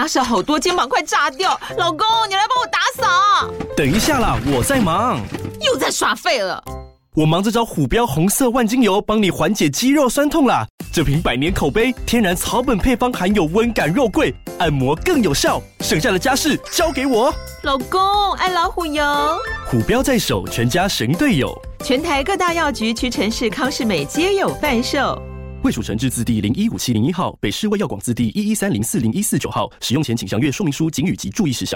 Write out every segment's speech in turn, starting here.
家事好多，肩膀快炸掉。老公，你来帮我打扫。 等一下啦，我在忙。 又在耍废了。 我忙着找虎标红色万金油，帮你缓解肌肉酸痛啦。这瓶100年口碑，天然草本配方，含有温感肉桂，按摩更有效。剩下的家事交给我。 老公，爱老虎油。 虎标在手，全家神队友。 全台各大药局、屈臣氏、康是美皆有贩售。 卫署成字字第015701号，北市卫药广字第113040149号。使用前请详阅说明书、警语及注意事项。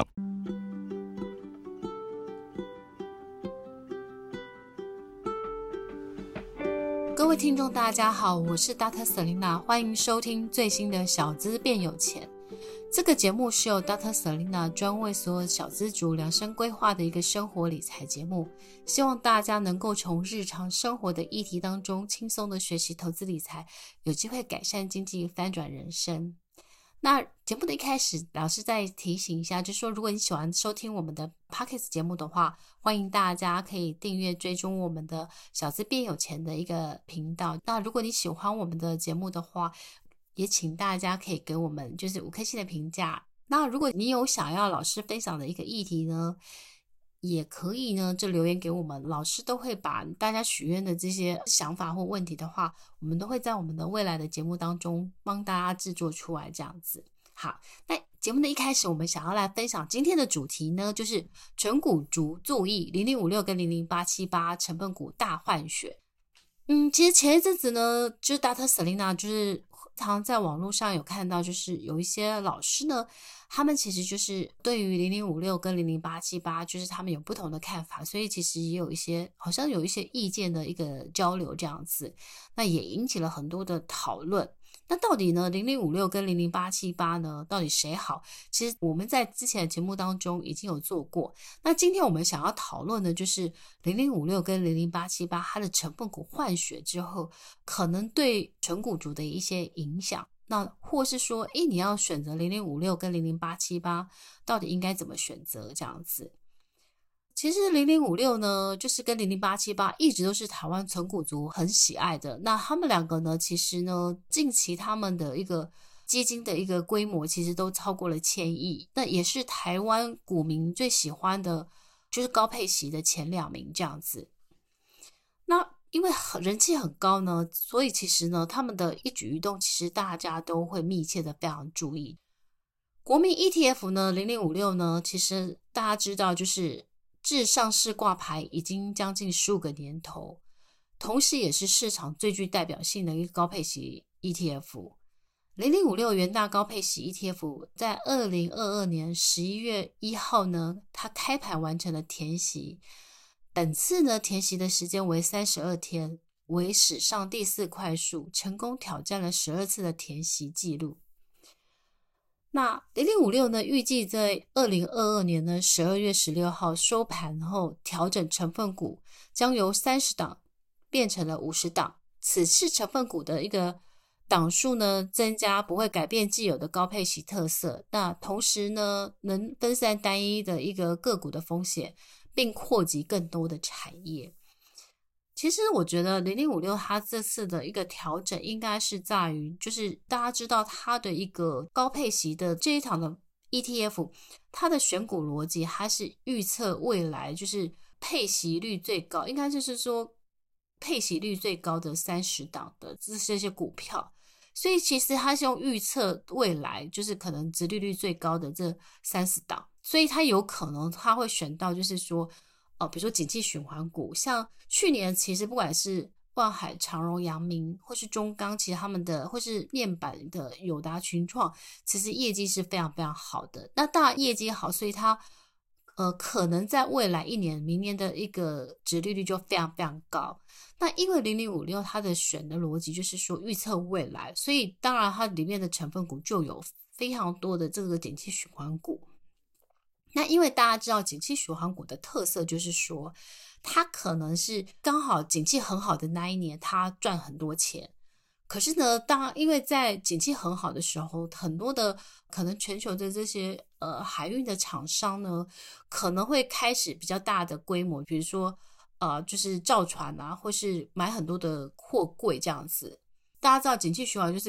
各位听众大家好，我是 Dr. Selina， 欢迎收听最新的小资变有钱。这个节目是由 Dr. Selina 专为所有小资族量身规划的一个生活理财节目，希望大家能够从日常生活的议题当中轻松的学习投资理财，有机会改善经济，翻转人生。那节目的一开始，老师再提醒一下，就是说如果你喜欢收听我们的 Podcast 节目的话，欢迎大家可以订阅追踪我们的小资变有钱的一个频道。那如果你喜欢我们的节目的话，也请大家可以给我们就是5颗星的评价。那如果你有想要老师分享的一个议题呢，也可以呢就留言给我们，老师都会把大家许愿的这些想法或问题的话，我们都会在我们的未来的节目当中帮大家制作出来这样子。好，那节目的一开始，我们想要来分享今天的主题呢，就是纯股族注意0056跟00878成分股大换血。其实前一阵子呢，就是 Dr. Selina 就是常在网络上有看到，就是有一些老师呢，他们其实就是对于0056跟00878就是他们有不同的看法，所以其实也有一些好像有一些意见的一个交流这样子，那也引起了很多的讨论。那到底呢0056跟00878呢到底谁好？其实我们在之前的节目当中已经有做过。那今天我们想要讨论的就是0056跟00878它的成分股换血之后可能对纯股族的一些影响。那或是说你要选择0056跟00878到底应该怎么选择这样子。其实0056呢就是跟00878一直都是台湾存股族很喜爱的。那他们两个呢其实呢近期他们的一个基金的一个规模其实都超过了1000亿，那也是台湾股民最喜欢的就是高配息的前2名这样子。那因为人气很高呢，所以其实呢他们的一举一动其实大家都会密切的非常注意。国民 ETF 呢0056呢其实大家知道就是自上市挂牌已经将近15个年头，同时也是市场最具代表性的一个高配息 ETF。0056元大高配息 ETF 在2022年11月1号呢，它开盘完成了填息，本次呢填息的时间为32天，为史上第4快速，成功挑战了12次的填息记录。那0056呢预计在2022年呢12月16号收盘后调整成分股，将由30档变成了50档。此次成分股的一个档数呢增加，不会改变既有的高配息特色，那同时呢能分散单一的一个个股的风险，并扩及更多的产业。其实我觉得0056它这次的一个调整应该是在于，就是大家知道它的一个高配息的这一档的 ETF， 它的选股逻辑它是预测未来就是配息率最高，应该就是说配息率最高的30档的这些股票，所以其实它是用预测未来就是可能殖利率最高的这30档，所以它有可能它会选到就是说比如说景气循环股，像去年其实不管是万海、长荣、阳明或是中钢，其实他们的或是面板的友达、群创，其实业绩是非常非常好的。那当然业绩好，所以它可能在未来1年明年的一个殖利率就非常非常高。那因为0056它的选的逻辑就是说预测未来，所以当然它里面的成分股就有非常多的这个景气循环股。那因为大家知道景气循环股的特色就是说它可能是刚好景气很好的那一年它赚很多钱，可是呢因为在景气很好的时候，很多的可能全球的这些海运的厂商呢可能会开始比较大的规模，比如说就是造船啊，或是买很多的货柜这样子。大家知道景气循环就是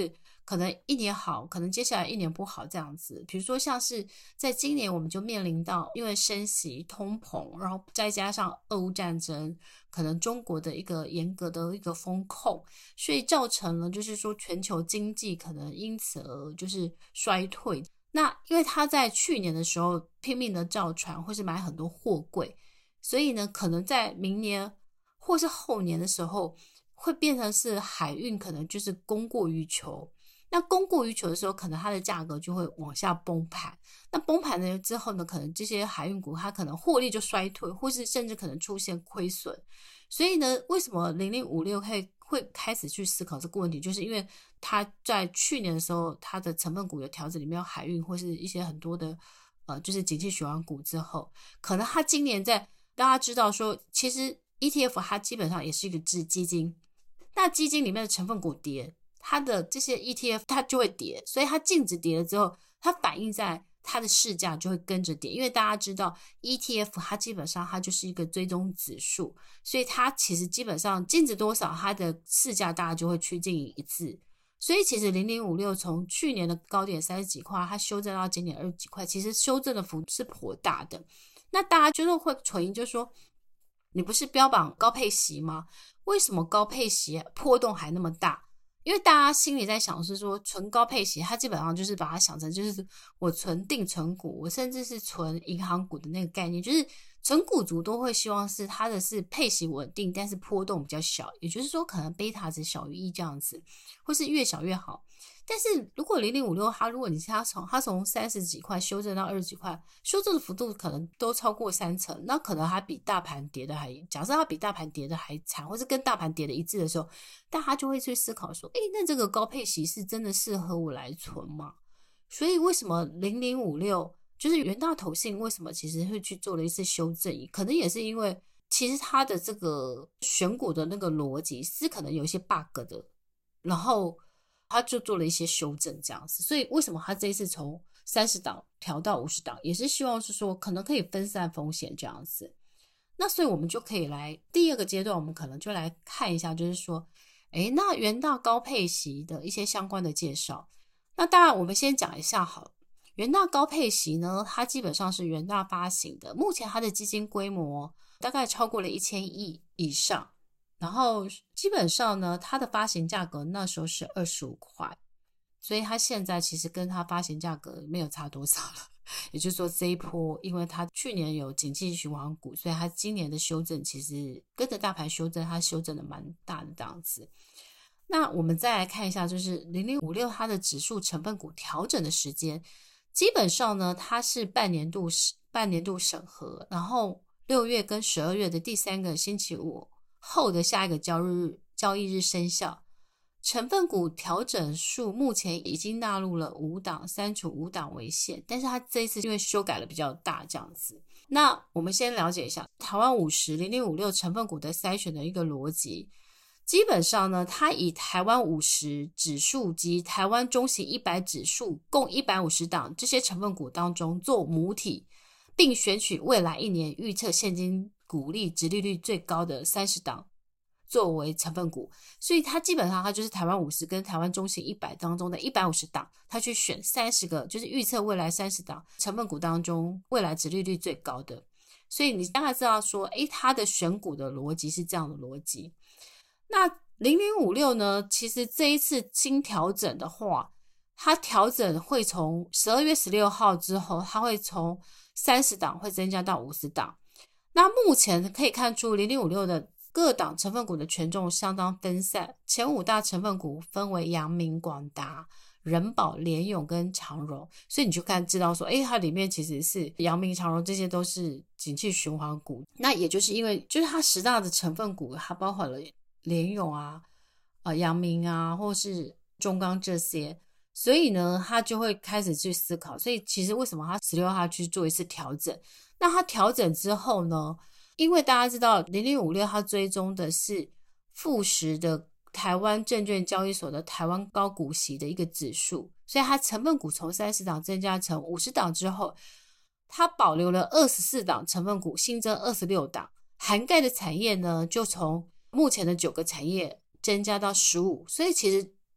可能一年好，可能接下来一年不好这样子。比如说像是在今年我们就面临到因为升息通膨，然后再加上俄乌战争，可能中国的一个严格的一个风控，所以造成了就是说全球经济可能因此而就是衰退。那因为他在去年的时候拼命的造船或是买很多货柜，所以呢可能在明年或是后年的时候会变成是海运可能就是供过于求，那供过于求的时候可能它的价格就会往下崩盘，那崩盘了之后呢，可能这些海运股它可能获利就衰退，或是甚至可能出现亏损。所以呢为什么0056会开始去思考这个问题，就是因为它在去年的时候它的成分股有调整，里面有海运或是一些很多的就是景气循环股之后，可能它今年在大家知道说其实 ETF 它基本上也是一个基金，那基金里面的成分股跌，它的这些 ETF 它就会跌，所以它净值跌了之后，它反映在它的市价就会跟着跌，因为大家知道 ETF 它基本上它就是一个追踪指数，所以它其实基本上净值多少，它的市价大家就会趋近于一致。所以其实0056从去年的高点30几块，它修正到今年20几块，其实修正的幅度是颇大的。那大家就是会存疑，就是说你不是标榜高配息吗？为什么高配息波动还那么大？因为大家心里在想是说存高配息，它基本上就是把它想成就是我存定存股，我甚至是存银行股的那个概念，就是存股族都会希望是它的是配息稳定，但是波动比较小，也就是说可能贝塔值小于1这样子，或是越小越好。但是如果0056它如果你它从30几块修正到20几块，修正的幅度可能都超过30%，那可能它比大盘跌的还，假设它比大盘跌的还惨，或是跟大盘跌的一致的时候，大家就会去思考说那这个高配息是真的适合我来存吗？所以为什么0056就是元大投信为什么其实会去做了一次修正，可能也是因为其实它的这个选股的那个逻辑是可能有一些 bug 的，然后他就做了一些修正这样子，所以为什么他这一次从30档调到50档，也是希望是说可能可以分散风险这样子。那所以我们就可以来第二个阶段，我们可能就来看一下，就是说那元大高配息的一些相关的介绍。那当然我们先讲一下好了，元大高配息呢，它基本上是元大发行的，目前它的基金规模大概超过了1000亿以上，然后基本上呢它的发行价格那时候是25块，所以它现在其实跟它发行价格没有差多少了，也就是说这一波因为它去年有景气循环股，所以它今年的修正其实跟着大盘修正，它修正的蛮大的这样子。那我们再来看一下，就是0056它的指数成分股调整的时间，基本上呢它是半年度审核，然后6月跟12月的第3个星期五后的下一个交易日生效。成分股调整数目前已经纳入了5档，删除5档为限，但是它这一次因为修改了比较大这样子。那我们先了解一下台湾50 0056成分股的筛选的一个逻辑。基本上呢，它以台湾50指数及台湾中型100指数共150档这些成分股当中做母体，并选取未来1年预测现金股利殖利率最高的30档作为成分股，所以它基本上它就是台湾50跟台湾中型100当中的150档，它去选30个，就是预测未来30档成分股当中未来殖利率最高的。所以你大概知道说它的选股的逻辑是这样的逻辑。那0056呢，其实这一次新调整的话，它调整会从12月16号之后，它会从30档会增加到50档。那目前可以看出0056的各档成分股的权重相当分散，前5大成分股分为阳明、广达、人保、联咏跟长荣，所以你就知道说它里面其实是阳明、长荣这些都是景气循环股。那也就是因为就是它10大的成分股，它包含了联咏阳明或是中钢这些，所以呢他就会开始去思考。所以其实为什么他16号去做一次调整，那他调整之后呢，因为大家知道0056他追踪的是富时的台湾证券交易所的台湾高股息的一个指数，所以他成分股从30档增加成50档之后，他保留了24档成分股，新增26档，涵盖的产业呢就从目前的9个产业增加到15，所以其实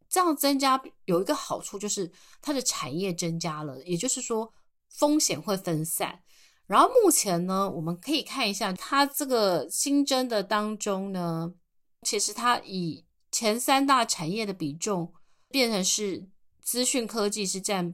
这样增加有一个好处就是它的产业增加了，也就是说风险会分散。然后目前呢，我们可以看一下它这个新增的当中呢，其实它以前3大产业的比重变成是资讯科技是占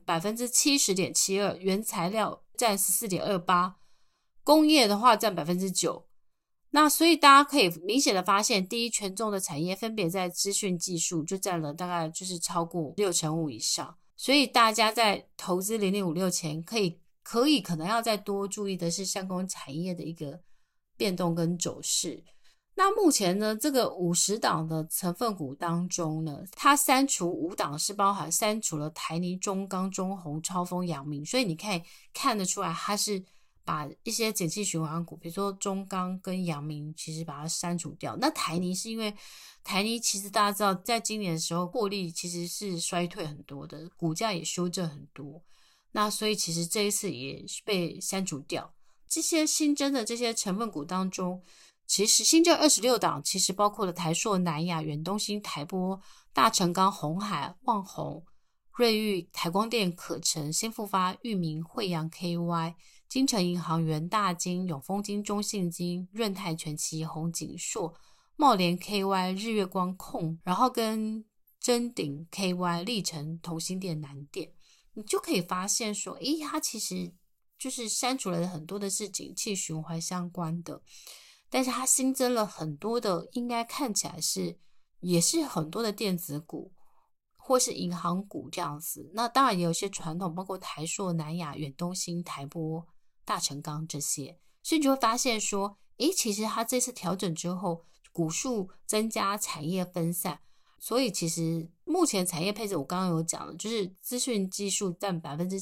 70.72%， 原材料占 14.28%， 工业的话占 9%。 那所以大家可以明显的发现，第一权重的产业分别在资讯技术就占了大概就是超过65%以上，所以大家在投资0056前可能要再多注意的是相关产业的一个变动跟走势。那目前呢，这个50档的成分股当中呢，它删除5档是包含删除了台泥、中钢、中鸿、超丰、阳明，所以你可以看得出来它是把一些景气循环股，比如说中钢跟阳明其实把它删除掉。那台泥是因为台泥其实大家知道在今年的时候获利其实是衰退很多的，股价也修正很多，那所以其实这一次也被删除掉。这些新增的这些成分股当中，其实新增26档其实包括了台塑、南亚、远东新、台玻、大成钢、鸿海、旺宏、瑞昱、台光电、可成、新复发、裕民、惠阳 KY、金城银行、元大金、永丰金、中信金、润泰全期、宏景硕、茂联 KY、日月光控，然后跟臻鼎 KY、力成、同心电、南电，你就可以发现说，它其实就是删除了很多的是景气循环相关的，但是它新增了很多的，应该看起来也是很多的电子股或是银行股这样子。那当然也有一些传统，包括台塑、南亚、远东新、台玻、大成钢这些，所以你就会发现说，其实它这次调整之后，股数增加，产业分散，所以其实目前产业配置我刚刚有讲了，就是资讯技术占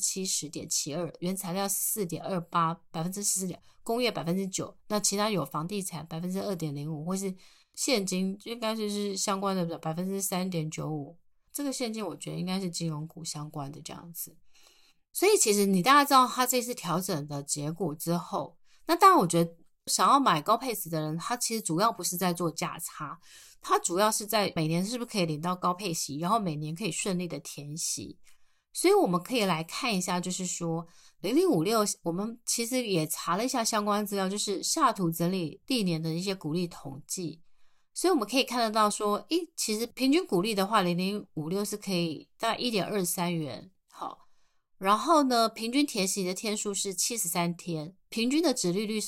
70.72%， 原材料 14.28%， 14%， 工业 9%， 那其他有房地产 2.05%， 或是现金应该就是相关的 3.95%， 这个现金我觉得应该是金融股相关的这样子。所以其实你大家知道它这次调整的结果之后，那当然我觉得想要买高配息的人，他其实主要不是在做价差，他主要是在每年是不是可以领到高配息，然后每年可以顺利的填息。所以我们可以来看一下，就是说0056我们其实也查了一下相关资料，就是下图整理历年的一些股利统计，所以我们可以看得到说，其实平均股利的话0056是可以大概 1.23 元，好，然后呢平均填息的天数是73天，平均的殖利率是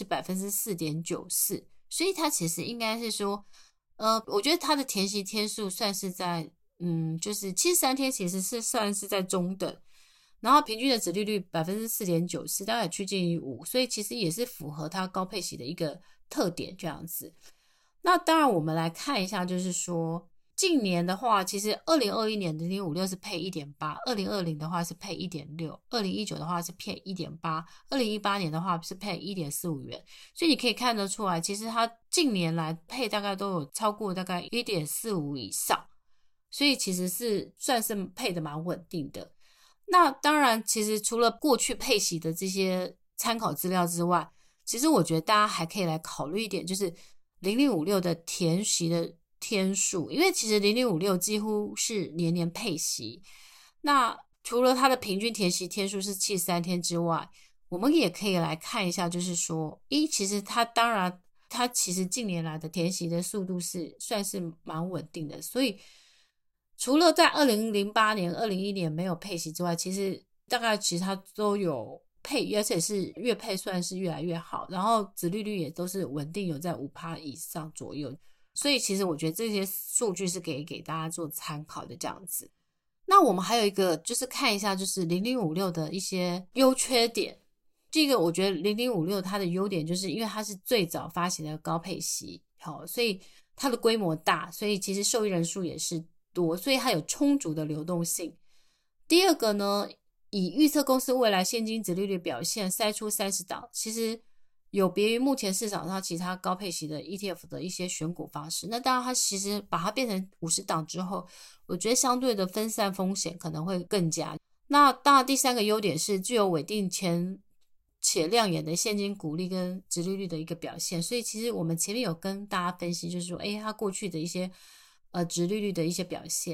4.94%， 所以它其实应该是说我觉得它的填息天数算是在就是73天其实是算是在中等，然后平均的殖利率 4.94%， 大概趋近于5%，所以其实也是符合它高配息的一个特点这样子。那当然我们来看一下，就是说近年的话，其实2021年0056是配 1.8， 2020的话是配 1.6， 2019的话是配 1.8， 2018年的话是配 1.45 元，所以你可以看得出来，其实它近年来配大概都有超过大概 1.45 以上，所以其实是算是配的蛮稳定的。那当然其实除了过去配息的这些参考资料之外，其实我觉得大家还可以来考虑一点，就是0056的填息的天数，因为其实0056几乎是年年配息，那除了它的平均填息天数是73天之外，我们也可以来看一下，就是说其实它其实近年来的填息的速度是算是蛮稳定的，所以除了在2008年、2021年没有配息之外，其实大概其实它都有配，而且是越配算是越来越好，然后殖利率也都是稳定有在 5% 以上左右，所以其实我觉得这些数据是给大家做参考的这样子。那我们还有一个就是看一下就是0056的一些优缺点。这个我觉得0056它的优点就是因为它是最早发行的高配息，好，所以它的规模大，所以其实受益人数也是多，所以它有充足的流动性。第二个呢，以预测公司未来现金殖利率表现筛出30档，其实有别于目前市场上其他高配息的 ETF 的一些选股方式。那当然它其实把它变成50档之后，我觉得相对的分散风险可能会更佳。那当然第三个优点是具有稳定且亮眼的现金股利跟殖利率的一个表现，所以其实我们前面有跟大家分析，就是说它过去的一些殖利率的一些表现。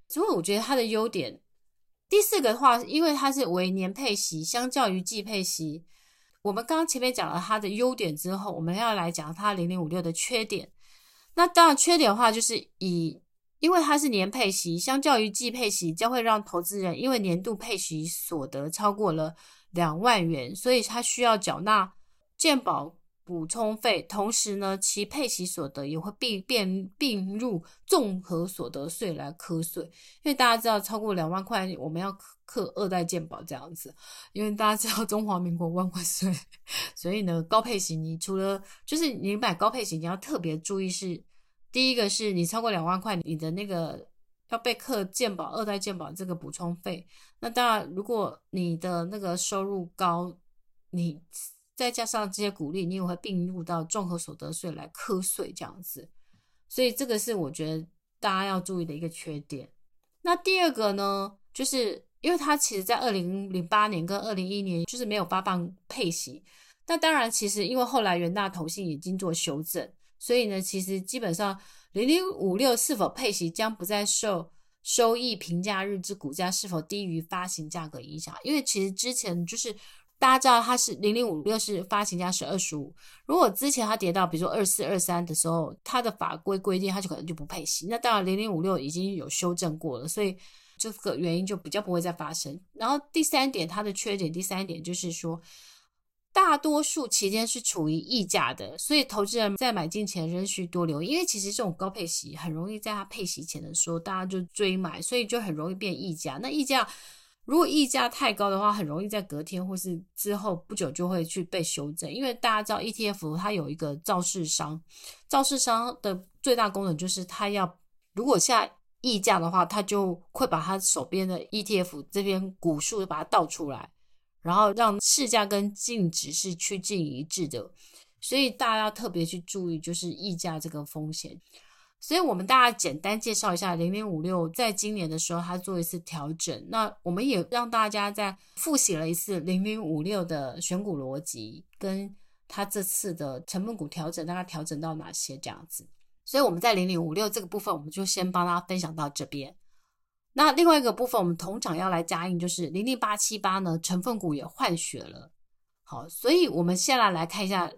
所以我觉得它的优点，第4个的话，因为它是为年配息，相较于季配息，我们刚刚前面讲了它的优点之后，我们要来讲它0056的缺点。那当然缺点的话，就是因为它是年配息，相较于季配息，将会让投资人因为年度配息所得超过了2万元，所以他需要缴纳健保补充费，同时呢，其配息所得也会并入综合所得税来课税。因为大家知道，超过2万块我们要课2代健保这样子，因为大家知道中华民国万万岁，所以呢，高配息你除了就是你买高配息，你要特别注意是。第一个是你超过2万块，你的那个要被课健保2代健保这个补充费。那当然，如果你的那个收入高，你再加上这些股利，你也会并入到综合所得税来课税这样子。所以这个是我觉得大家要注意的一个缺点。那第2个呢，就是因为它其实在2008年跟2011年就是没有发放配息。那当然，其实因为后来元大投信已经做修正。所以呢，其实基本上0056是否配息将不再受收益评价日之股价是否低于发行价格影响。因为其实之前就是大家知道它是0056是发行价是25，如果之前它跌到比如说24、23的时候，它的法规规定它就可能就不配息。那当然0056已经有修正过了，所以这个原因就比较不会再发生。然后第3点，它的缺点，第3点就是说大多数期间是处于溢价的，所以投资人在买进前仍需多留意。因为其实这种高配息很容易在它配息前的时候大家就追买，所以就很容易变溢价。那溢价如果溢价太高的话，很容易在隔天或是之后不久就会去被修正。因为大家知道 ETF 它有一个造市商，造市商的最大功能就是它要如果下溢价的话，它就会把它手边的 ETF 这边股数把它倒出来，然后让市价跟净值是趋近一致的，所以大家要特别去注意就是溢价这个风险。所以我们大家简单介绍一下0056在今年的时候它做一次调整，那我们也让大家再复习了一次0056的选股逻辑跟它这次的成分股调整大概调整到哪些这样子。所以我们在0056这个部分我们就先帮大家分享到这边。那另外一个部分我们同场要来加印就是00878呢，成分股也换血了。好，所以我们先来看一下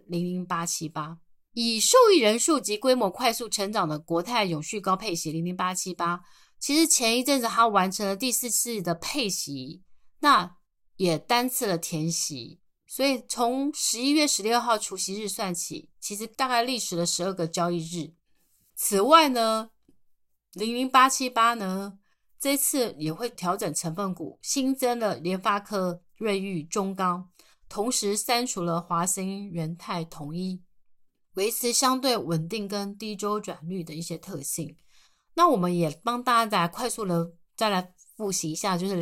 00878，以受益人数及规模快速成长的国泰永续高配息00878，其实前一阵子它完成了第4次的配息，那也单次了填息，所以从11月16号除息日算起，其实大概历时了12个交易日。此外呢00878呢这次也会调整成分股，新增了联发科、瑞昱、中钢，同时删除了华兴、元泰、统一，维持相对稳定跟低周转率的一些特性。那我们也帮大家再快速的再来复习一下，就是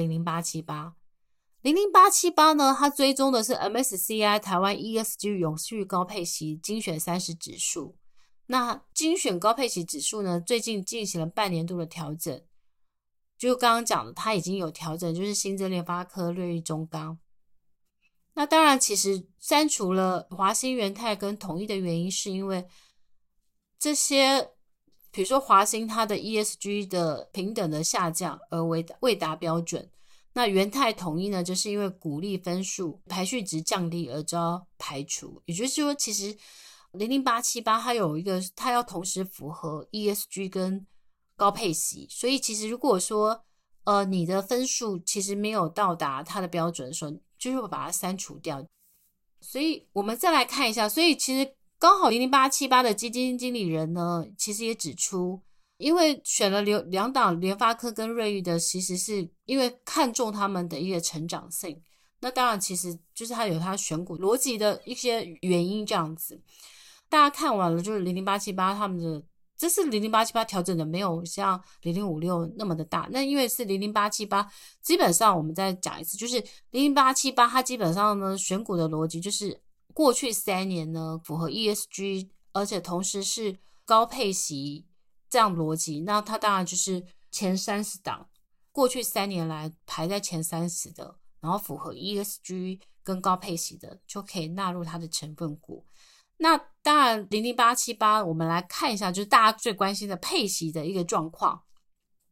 00878。00878呢，它追踪的是 MSCI 台湾 ESG 永续高配息精选30指数。那精选高配息指数呢，最近进行了半年度的调整。就刚刚讲的，它已经有调整，就是新增联发科、瑞昱、中钢。那当然其实删除了华兴、元泰跟统一的原因是因为这些比如说华兴它的 ESG 的平等的下降而未达标准，那元泰统一呢就是因为股利分数排序值降低而遭排除。也就是说其实00878它有一个它要同时符合 ESG 跟高配息，所以其实如果说你的分数其实没有到达它的标准的时候，就是会把它删除掉。所以我们再来看一下，所以其实刚好00878的基金经理人呢其实也指出，因为选了两档联发科跟瑞昱的，其实是因为看重他们的一个成长性，那当然其实就是他有他选股逻辑的一些原因这样子。大家看完了就是00878他们的，这是00878调整的没有像0056那么的大，那因为是00878基本上我们再讲一次，就是00878它基本上呢选股的逻辑就是过去3年呢符合 ESG 而且同时是高配息这样逻辑，那它当然就是前30档过去3年来排在前30的，然后符合 ESG 跟高配息的就可以纳入它的成分股。那当然00878我们来看一下就是大家最关心的配息的一个状况。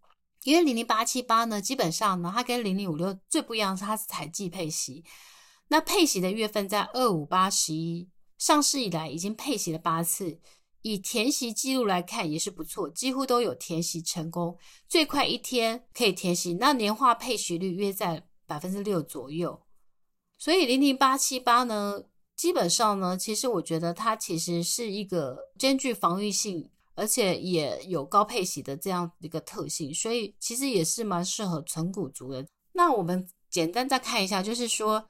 因为00878呢，基本上呢，它跟0056最不一样的是它是采季配息。那配息的月份在25、8、11，上市以来已经配息了8次，以填息记录来看也是不错，几乎都有填息成功，最快一天可以填息，那年化配息率约在 6% 左右。所以00878呢，基本上呢，其实我觉得它其实是一个兼具防御性，而且也有高配息的这样一个特性，所以其实也是蛮适合存股族的。那我们简单再看一下，就是说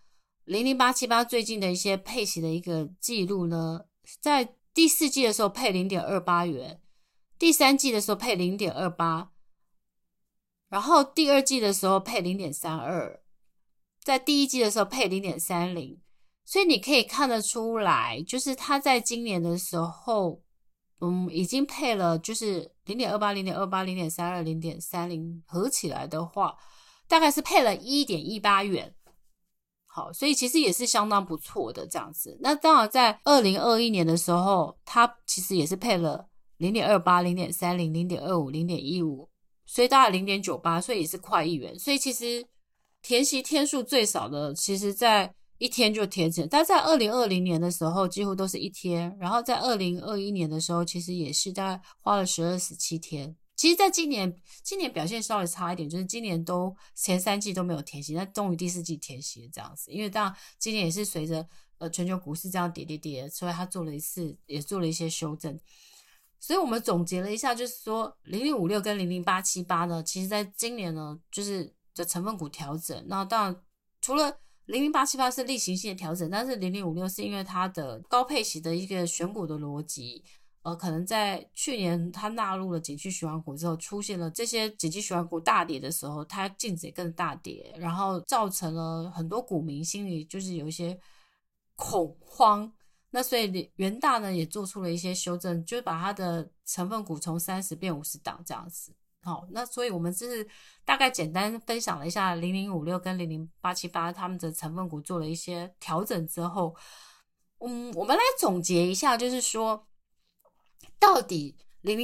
00878最近的一些配息的一个记录呢，在第4季的时候配 0.28 元，第3季的时候配 0.28， 然后第2季的时候配 0.32， 在第1季的时候配 0.30， 所以你可以看得出来，就是他在今年的时候已经配了就是 0.28 0.28 0.32 0.30 合起来的话大概是配了 1.18 元。好，所以其实也是相当不错的这样子。那当然在2021年的时候，它其实也是配了 0.28 0.30 0.25 0.15， 所以大概 0.98， 所以也是快1元。所以其实填息天数最少的其实在一天就填成，但在2020年的时候几乎都是一天，然后在2021年的时候其实也是大概花了12、17天。其实在今年表现稍微差一点，就是今年都前3季都没有填息，那终于第4季填息了这样子。因为当然今年也是随着全球股市这样跌，所以他也做了一些修正。所以我们总结了一下，就是说0056跟00878呢，其实在今年呢就是的成分股调整。那当然除了00878是例行性的调整，但是0056是因为它的高配息的一个选股的逻辑。可能在去年它纳入了景气循环股之后，出现了这些景气循环股大跌的时候，它净值也更大跌，然后造成了很多股民心里就是有一些恐慌。那所以元大呢也做出了一些修正，就是把它的成分股从30变50档这样子。好，那所以我们就是大概简单分享了一下0056跟00878他们的成分股做了一些调整之后，我们来总结一下，就是说到底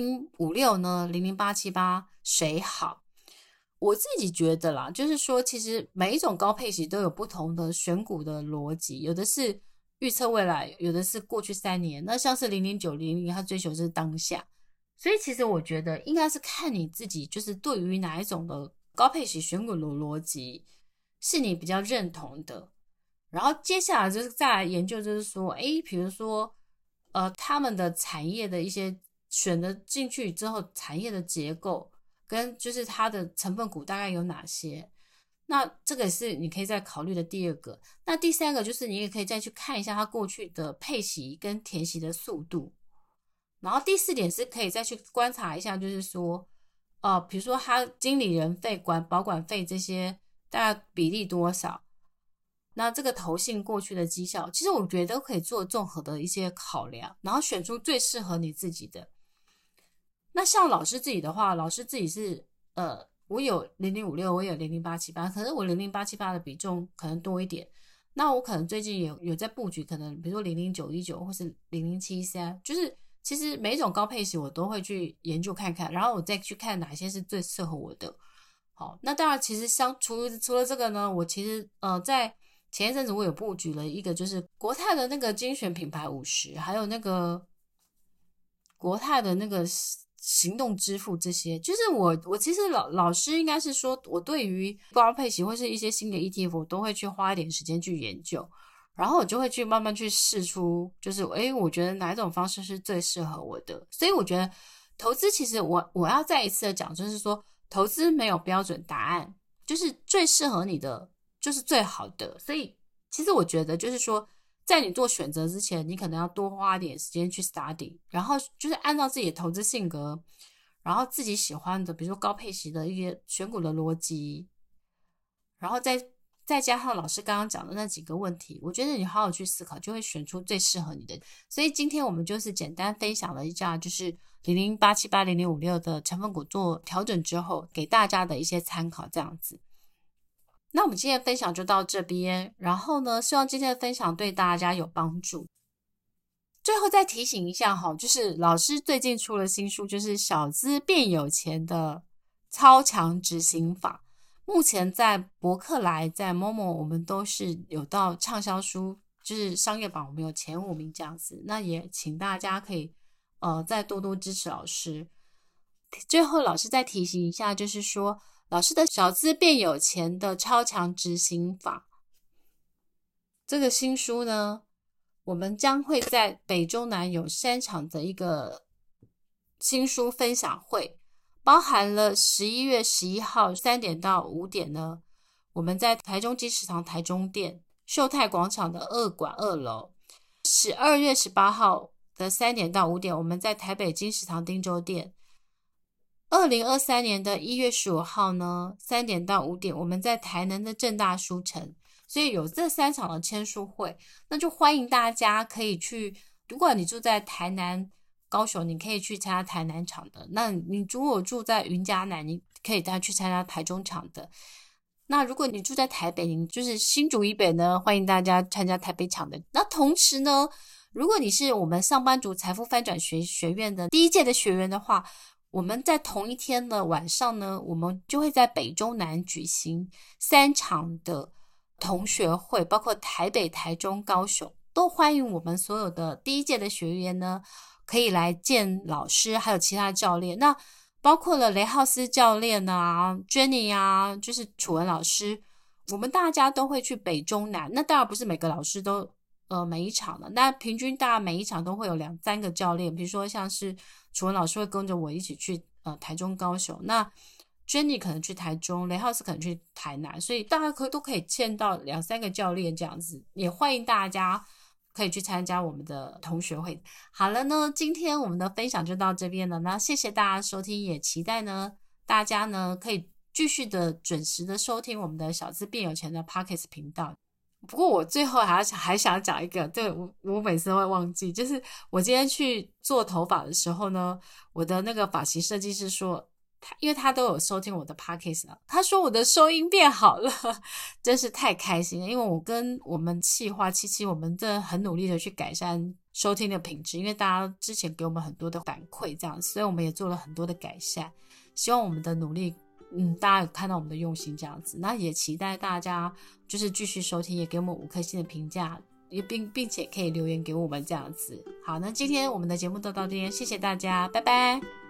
0056呢00878谁好？我自己觉得啦，就是说其实每一种高配息都有不同的选股的逻辑，有的是预测未来，有的是过去3年，那像是00900它追求是当下。所以其实我觉得应该是看你自己，就是对于哪一种的高配息选股的逻辑是你比较认同的，然后接下来就是再来研究，就是说比如说他们的产业的一些选的进去之后产业的结构跟就是它的成分股大概有哪些，那这个是你可以再考虑的第2个。那第3个就是你也可以再去看一下它过去的配息跟填息的速度。然后第4点是可以再去观察一下，就是说比如说它经理人费保管费这些大概比例多少，那这个投信过去的绩效，其实我觉得都可以做综合的一些考量，然后选出最适合你自己的。那像老师自己的话，老师自己是我有0056，我有00878，可是我00878的比重可能多一点，那我可能最近有在布局，可能比如说00919或是00713，就是其实每一种高配息我都会去研究看看，然后我再去看哪些是最适合我的。好，那当然其实除了这个呢，我其实在前一阵子我有布局了一个，就是国泰的那个精选品牌50，还有那个国泰的那个行动支付，这些就是我其实老师应该是说，我对于高配息或是一些新的 ETF 我都会去花一点时间去研究，然后我就会去慢慢去试出，就是我觉得哪一种方式是最适合我的。所以我觉得投资其实我要再一次的讲，就是说投资没有标准答案，就是最适合你的就是最好的。所以其实我觉得就是说在你做选择之前，你可能要多花一点时间去 study， 然后就是按照自己的投资性格，然后自己喜欢的比如说高配息的一些选股的逻辑，然后再加上老师刚刚讲的那几个问题，我觉得你好好去思考，就会选出最适合你的。所以今天我们就是简单分享了一下，就是00878 0056的成分股做调整之后给大家的一些参考这样子。那我们今天的分享就到这边，然后呢希望今天的分享对大家有帮助。最后再提醒一下就是老师最近出了新书，就是小资变有钱的超强执行法。目前在博客来在 Momo 我们都是有到畅销书，就是商业榜我们有前5名这样子，那也请大家可以再多多支持老师。最后老师再提醒一下，就是说老师的小资变有钱的超强执行法这个新书呢，我们将会在北中南有3场的一个新书分享会，包含了11月11号3点到5点呢，我们在台中金石堂台中店秀泰广场的2馆2楼，12月18号的3点到5点，我们在台北金石堂汀州店，2023年的1月15号呢3点到5点，我们在台南的政大书城。所以有这3场的签书会，那就欢迎大家可以去，如果你住在台南高雄，你可以去参加台南场的，那你如果住在云嘉南，你可以去参加台中场的，那如果你住在台北，你就是新竹以北呢，欢迎大家参加台北场的。那同时呢，如果你是我们上班族财富翻转学院的第1届的学员的话，我们在同一天的晚上呢，我们就会在北中南举行3场的同学会，包括台北、台中、高雄，都欢迎我们所有的第1届的学员呢，可以来见老师，还有其他教练。那包括了雷浩斯教练啊、Jenny 啊，就是楚文老师，我们大家都会去北中南。那当然不是每个老师都每一场的，那平均大概每一场都会有2-3个教练，比如说像是楚文老师会跟着我一起去台中、高雄，那Jenny 可能去台中，雷浩斯可能去台南，所以大家都可以见到2-3个教练这样子，也欢迎大家可以去参加我们的同学会。好了呢，今天我们的分享就到这边了，那谢谢大家收听，也期待呢大家呢可以继续的准时的收听我们的小资变有钱的 Podcast 频道。不过我最后还想讲一个，对，我每次都会忘记，就是我今天去做头发的时候呢，我的那个发型设计师说，因为他都有收听我的 podcast 了，他说我的收音变好了，真是太开心了。因为我跟我们企划77，我们真的很努力的去改善收听的品质，因为大家之前给我们很多的反馈这样，所以我们也做了很多的改善，希望我们的努力大家有看到我们的用心这样子，那也期待大家就是继续收听，也给我们5颗星的评价，也并且可以留言给我们这样子。好，那今天我们的节目都到这边，谢谢大家，拜拜。